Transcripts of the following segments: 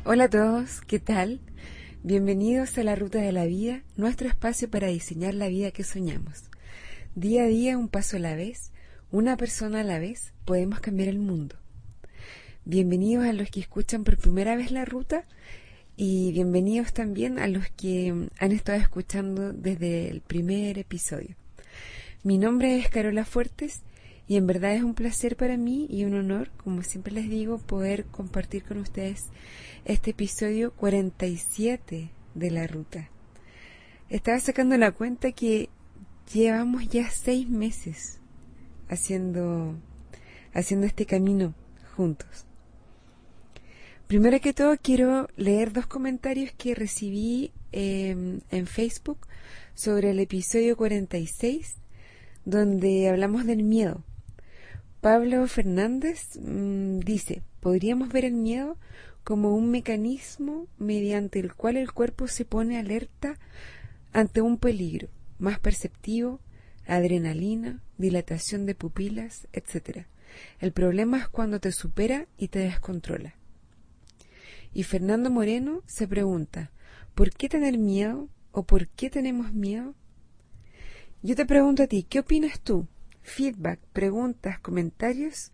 Hola a todos, ¿qué tal? Bienvenidos a La Ruta de la Vida, nuestro espacio para diseñar la vida que soñamos. Día a día, un paso a la vez, una persona a la vez, podemos cambiar el mundo. Bienvenidos a los que escuchan por primera vez la ruta y bienvenidos también a los que han estado escuchando desde el primer episodio. Mi nombre es Carola Fuertes y en verdad es un placer para mí y un honor, como siempre les digo, poder compartir con ustedes este episodio 47 de la ruta. Estaba sacando la cuenta que llevamos ya 6 meses haciendo este camino juntos. Primero que todo quiero leer 2 comentarios que recibí en Facebook sobre el episodio 46, donde hablamos del miedo. Pablo Fernández dice: podríamos ver el miedo como un mecanismo mediante el cual el cuerpo se pone alerta ante un peligro, más perceptivo, adrenalina, dilatación de pupilas, etc. El problema es cuando te supera y te descontrola. Y Fernando Moreno se pregunta: ¿por qué tener miedo o por qué tenemos miedo? Yo te pregunto a ti, ¿qué opinas tú? Feedback, preguntas, comentarios,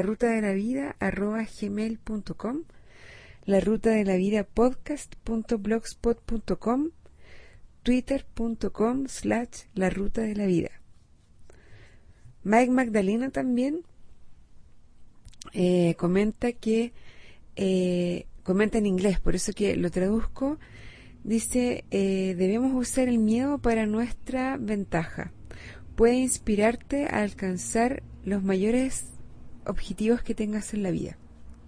larutadelavida@gmail.com, larutadelavida.podcast.blogspot.com, twitter.com/larutadelavida. Mike Magdalena también comenta comenta en inglés, por eso que lo traduzco. Dice: debemos usar el miedo para nuestra ventaja. Puede inspirarte a alcanzar los mayores objetivos que tengas en la vida.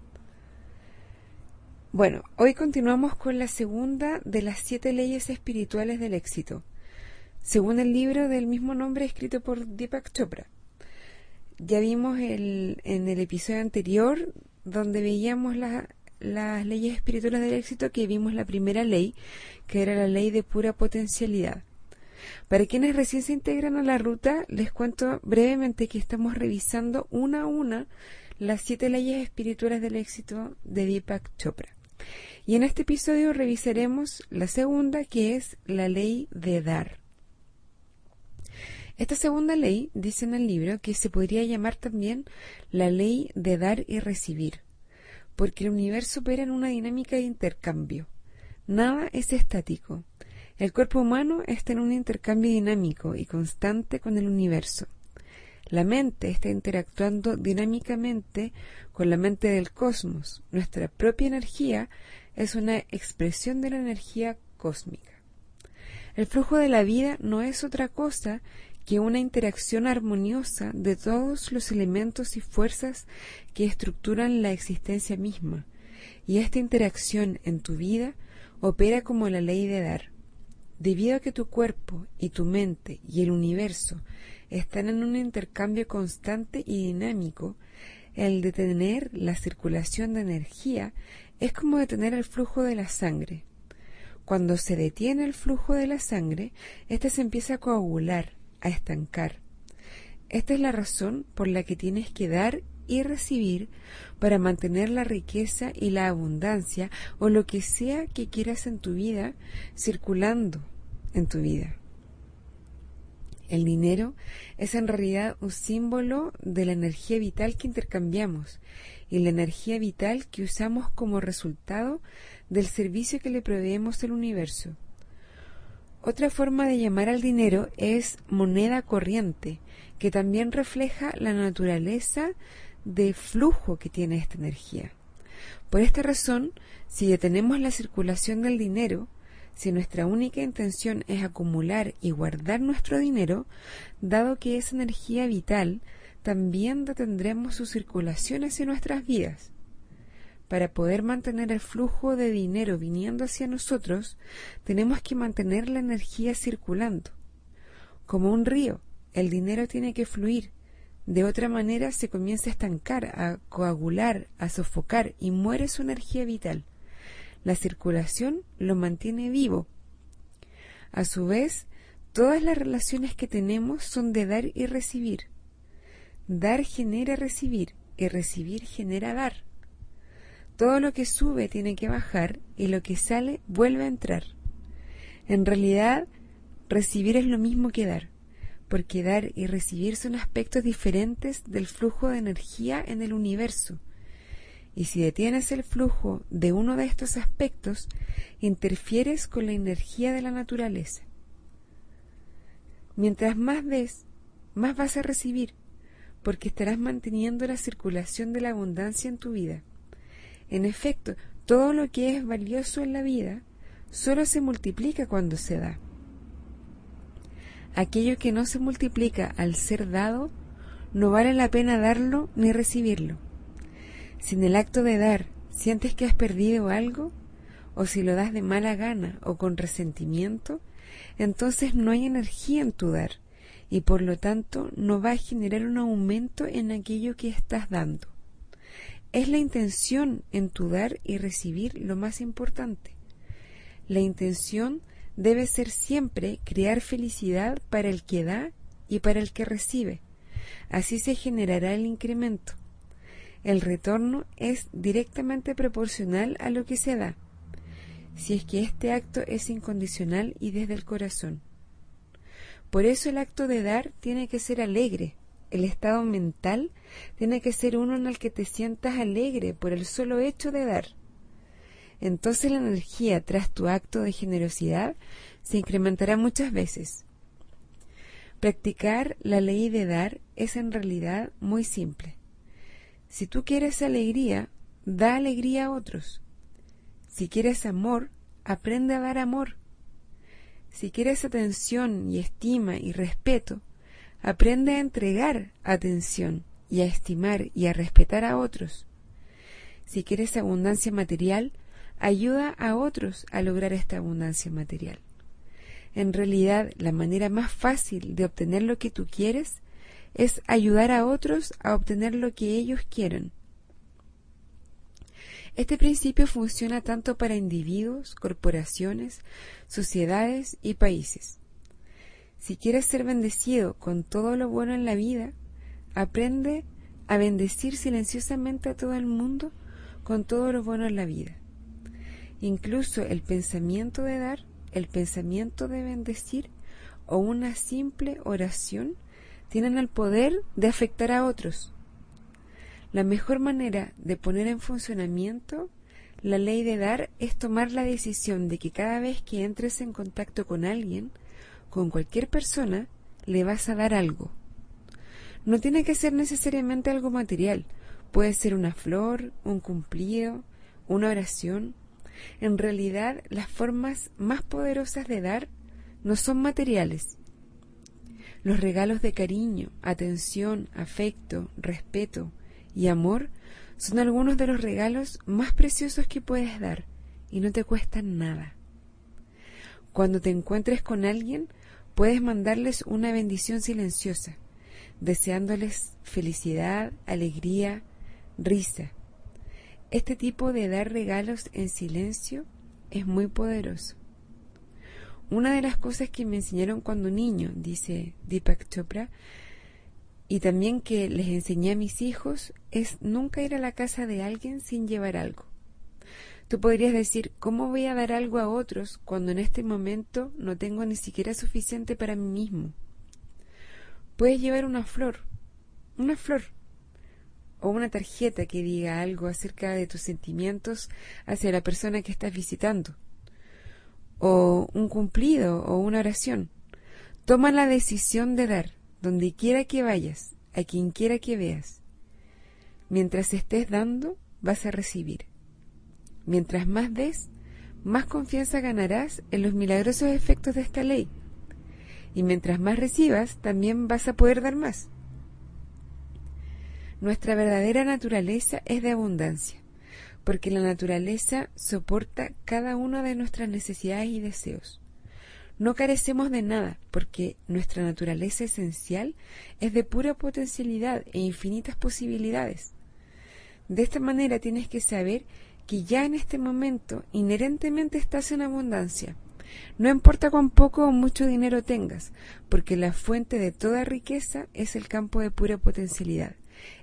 Bueno, hoy continuamos con la segunda de las 7 leyes espirituales del éxito, según el libro del mismo nombre escrito por Deepak Chopra. Ya vimos en el episodio anterior, donde veíamos las leyes espirituales del éxito, que vimos la primera ley, que era la ley de pura potencialidad. Para quienes recién se integran a la ruta, les cuento brevemente que estamos revisando una a una las 7 leyes espirituales del éxito de Deepak Chopra. Y en este episodio revisaremos la segunda, que es la ley de dar. Esta segunda ley dice en el libro que se podría llamar también la ley de dar y recibir, porque el universo opera en una dinámica de intercambio. Nada es estático. El cuerpo humano está en un intercambio dinámico y constante con el universo. La mente está interactuando dinámicamente con la mente del cosmos. Nuestra propia energía es una expresión de la energía cósmica. El flujo de la vida no es otra cosa que una interacción armoniosa de todos los elementos y fuerzas que estructuran la existencia misma. Y esta interacción en tu vida opera como la ley de dar. Debido a que tu cuerpo y tu mente y el universo están en un intercambio constante y dinámico, el detener la circulación de energía es como detener el flujo de la sangre. Cuando se detiene el flujo de la sangre, ésta se empieza a coagular, a estancar. Esta es la razón por la que tienes que dar y recibir para mantener la riqueza y la abundancia o lo que sea que quieras en tu vida circulando en tu vida. El dinero es en realidad un símbolo de la energía vital que intercambiamos y la energía vital que usamos como resultado del servicio que le proveemos al universo. Otra forma de llamar al dinero es moneda corriente, que también refleja la naturaleza de flujo que tiene esta energía. Por esta razón, si detenemos la circulación del dinero, si nuestra única intención es acumular y guardar nuestro dinero, dado que es energía vital, también detendremos su circulación hacia nuestras vidas. Para poder mantener el flujo de dinero viniendo hacia nosotros, tenemos que mantener la energía circulando. Como un río, el dinero tiene que fluir. De otra manera se comienza a estancar, a coagular, a sofocar y muere su energía vital. La circulación lo mantiene vivo. A su vez, todas las relaciones que tenemos son de dar y recibir. Dar genera recibir y recibir genera dar. Todo lo que sube tiene que bajar y lo que sale vuelve a entrar. En realidad, recibir es lo mismo que dar, porque dar y recibir son aspectos diferentes del flujo de energía en el universo. Y si detienes el flujo de uno de estos aspectos, interfieres con la energía de la naturaleza. Mientras más des, más vas a recibir, porque estarás manteniendo la circulación de la abundancia en tu vida. En efecto, todo lo que es valioso en la vida solo se multiplica cuando se da. Aquello que no se multiplica al ser dado, no vale la pena darlo ni recibirlo. Si en el acto de dar sientes que has perdido algo, o si lo das de mala gana o con resentimiento, entonces no hay energía en tu dar, y por lo tanto no va a generar un aumento en aquello que estás dando. Es la intención en tu dar y recibir lo más importante. La intención debe ser siempre crear felicidad para el que da y para el que recibe. Así se generará el incremento. El retorno es directamente proporcional a lo que se da, si es que este acto es incondicional y desde el corazón. Por eso el acto de dar tiene que ser alegre. El estado mental tiene que ser uno en el que te sientas alegre por el solo hecho de dar. Entonces la energía tras tu acto de generosidad se incrementará muchas veces. Practicar la ley de dar es en realidad muy simple. Si tú quieres alegría, da alegría a otros. Si quieres amor, aprende a dar amor. Si quieres atención y estima y respeto, aprende a entregar atención y a estimar y a respetar a otros. Si quieres abundancia material, ayuda a otros a lograr esta abundancia material. En realidad, la manera más fácil de obtener lo que tú quieres es ayudar a otros a obtener lo que ellos quieren. Este principio funciona tanto para individuos, corporaciones, sociedades y países. Si quieres ser bendecido con todo lo bueno en la vida, aprende a bendecir silenciosamente a todo el mundo con todo lo bueno en la vida. Incluso el pensamiento de dar, el pensamiento de bendecir o una simple oración tienen el poder de afectar a otros. La mejor manera de poner en funcionamiento la ley de dar es tomar la decisión de que cada vez que entres en contacto con alguien, con cualquier persona, le vas a dar algo. No tiene que ser necesariamente algo material, puede ser una flor, un cumplido, una oración. En realidad, las formas más poderosas de dar no son materiales. Los regalos de cariño, atención, afecto, respeto y amor son algunos de los regalos más preciosos que puedes dar y no te cuestan nada. Cuando te encuentres con alguien, puedes mandarles una bendición silenciosa, deseándoles felicidad, alegría, risa. Este tipo de dar regalos en silencio es muy poderoso. Una de las cosas que me enseñaron cuando niño, dice Deepak Chopra, y también que les enseñé a mis hijos, es nunca ir a la casa de alguien sin llevar algo. Tú podrías decir, ¿cómo voy a dar algo a otros cuando en este momento no tengo ni siquiera suficiente para mí mismo? Puedes llevar una flor, o una tarjeta que diga algo acerca de tus sentimientos hacia la persona que estás visitando, o un cumplido o una oración. Toma la decisión de dar, donde quiera que vayas, a quien quiera que veas. Mientras estés dando, vas a recibir. Mientras más des, más confianza ganarás en los milagrosos efectos de esta ley. Y mientras más recibas, también vas a poder dar más. Nuestra verdadera naturaleza es de abundancia, porque la naturaleza soporta cada una de nuestras necesidades y deseos. No carecemos de nada, porque nuestra naturaleza esencial es de pura potencialidad e infinitas posibilidades. De esta manera tienes que saber que ya en este momento inherentemente estás en abundancia. No importa cuán poco o mucho dinero tengas, porque la fuente de toda riqueza es el campo de pura potencialidad.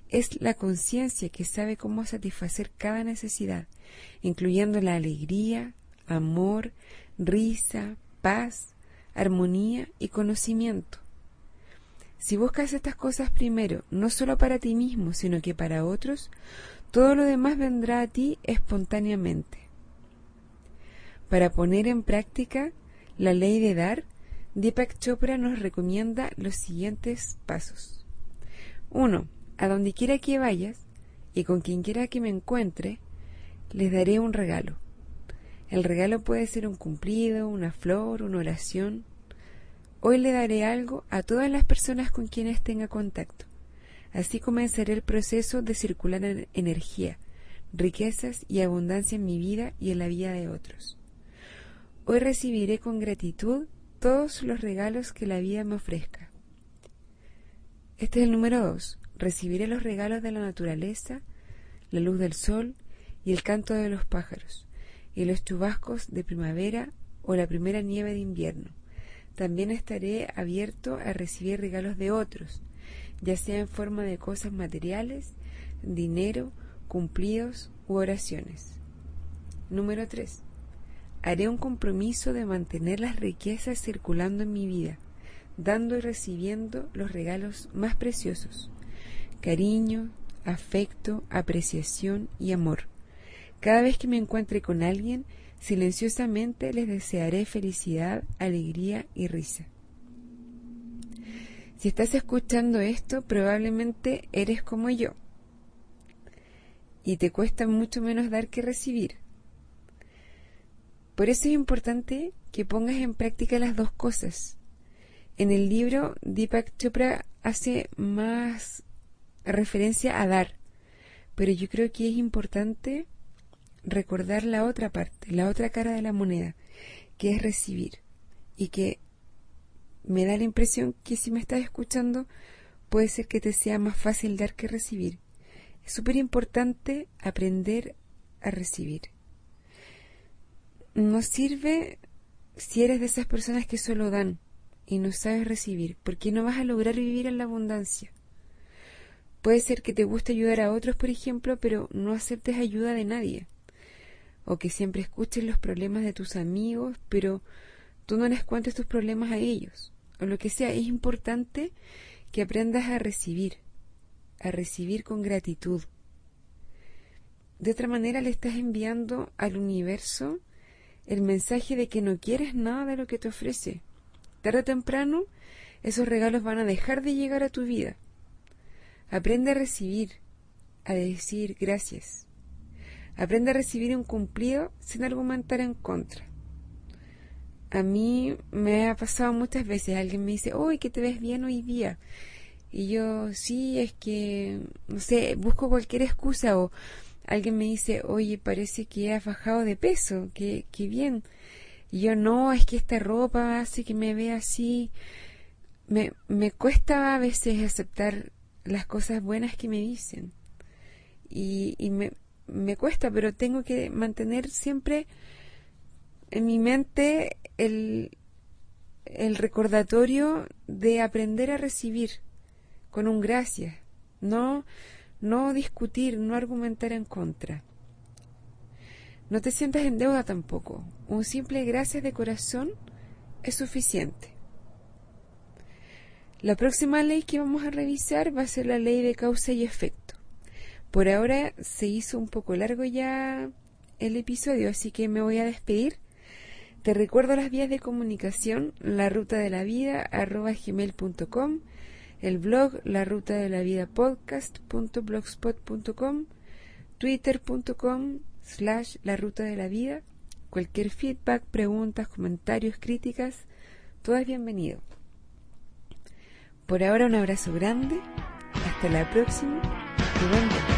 Es la conciencia que sabe cómo satisfacer cada necesidad, incluyendo la alegría, amor, risa, paz, armonía y conocimiento. Si buscas estas cosas primero, no solo para ti mismo, sino que para otros, todo lo demás vendrá a ti espontáneamente. Para poner en práctica la ley de dar, Deepak Chopra nos recomienda los siguientes pasos. 1. A donde quiera que vayas y con quien quiera que me encuentre, les daré un regalo. El regalo puede ser un cumplido, una flor, una oración. Hoy le daré algo a todas las personas con quienes tenga contacto. Así comenzaré el proceso de circular energía, riquezas y abundancia en mi vida y en la vida de otros. Hoy recibiré con gratitud todos los regalos que la vida me ofrezca. Este es el número 2. Recibiré los regalos de la naturaleza, la luz del sol y el canto de los pájaros, y los chubascos de primavera o la primera nieve de invierno. También estaré abierto a recibir regalos de otros, ya sea en forma de cosas materiales, dinero, cumplidos u oraciones. Número 3. Haré un compromiso de mantener las riquezas circulando en mi vida, dando y recibiendo los regalos más preciosos: cariño, afecto, apreciación y amor. Cada vez que me encuentre con alguien, silenciosamente les desearé felicidad, alegría y risa. Si estás escuchando esto, probablemente eres como yo y te cuesta mucho menos dar que recibir. Por eso es importante que pongas en práctica las dos cosas. En el libro, Deepak Chopra hace más referencia a dar, pero yo creo que es importante recordar la otra parte, la otra cara de la moneda, que es recibir, y que me da la impresión que si me estás escuchando puede ser que te sea más fácil dar que recibir. Es súper importante aprender a recibir. No sirve si eres de esas personas que solo dan y no sabes recibir, porque no vas a lograr vivir en la abundancia. Puede ser que te guste ayudar a otros, por ejemplo, pero no aceptes ayuda de nadie. O que siempre escuches los problemas de tus amigos, pero tú no les cuentes tus problemas a ellos. O lo que sea, es importante que aprendas a recibir con gratitud. De otra manera le estás enviando al universo el mensaje de que no quieres nada de lo que te ofrece. Tarde o temprano, esos regalos van a dejar de llegar a tu vida. Aprende a recibir, a decir gracias. Aprende a recibir un cumplido sin argumentar en contra. A mí me ha pasado muchas veces, alguien me dice, ¡uy, que te ves bien hoy día! Y yo, sí, es que, no sé, busco cualquier excusa, o alguien me dice, oye, parece que has bajado de peso, qué bien. Y yo, no, es que esta ropa hace que me vea así. Me cuesta a veces aceptar las cosas buenas que me dicen. Y me cuesta, pero tengo que mantener siempre en mi mente el recordatorio de aprender a recibir con un gracias. No discutir, no argumentar en contra. No te sientas en deuda tampoco. Un simple gracias de corazón es suficiente. La próxima ley que vamos a revisar va a ser la ley de causa y efecto. Por ahora se hizo un poco largo ya el episodio, así que me voy a despedir. Te recuerdo las vías de comunicación: larutadelavida@gmail.com, el blog larutadelavida.podcast.blogspot.com, twitter.com/larutadelavida. Cualquier feedback, preguntas, comentarios, críticas, todo es bienvenido. Por ahora un abrazo grande, hasta la próxima y buen día.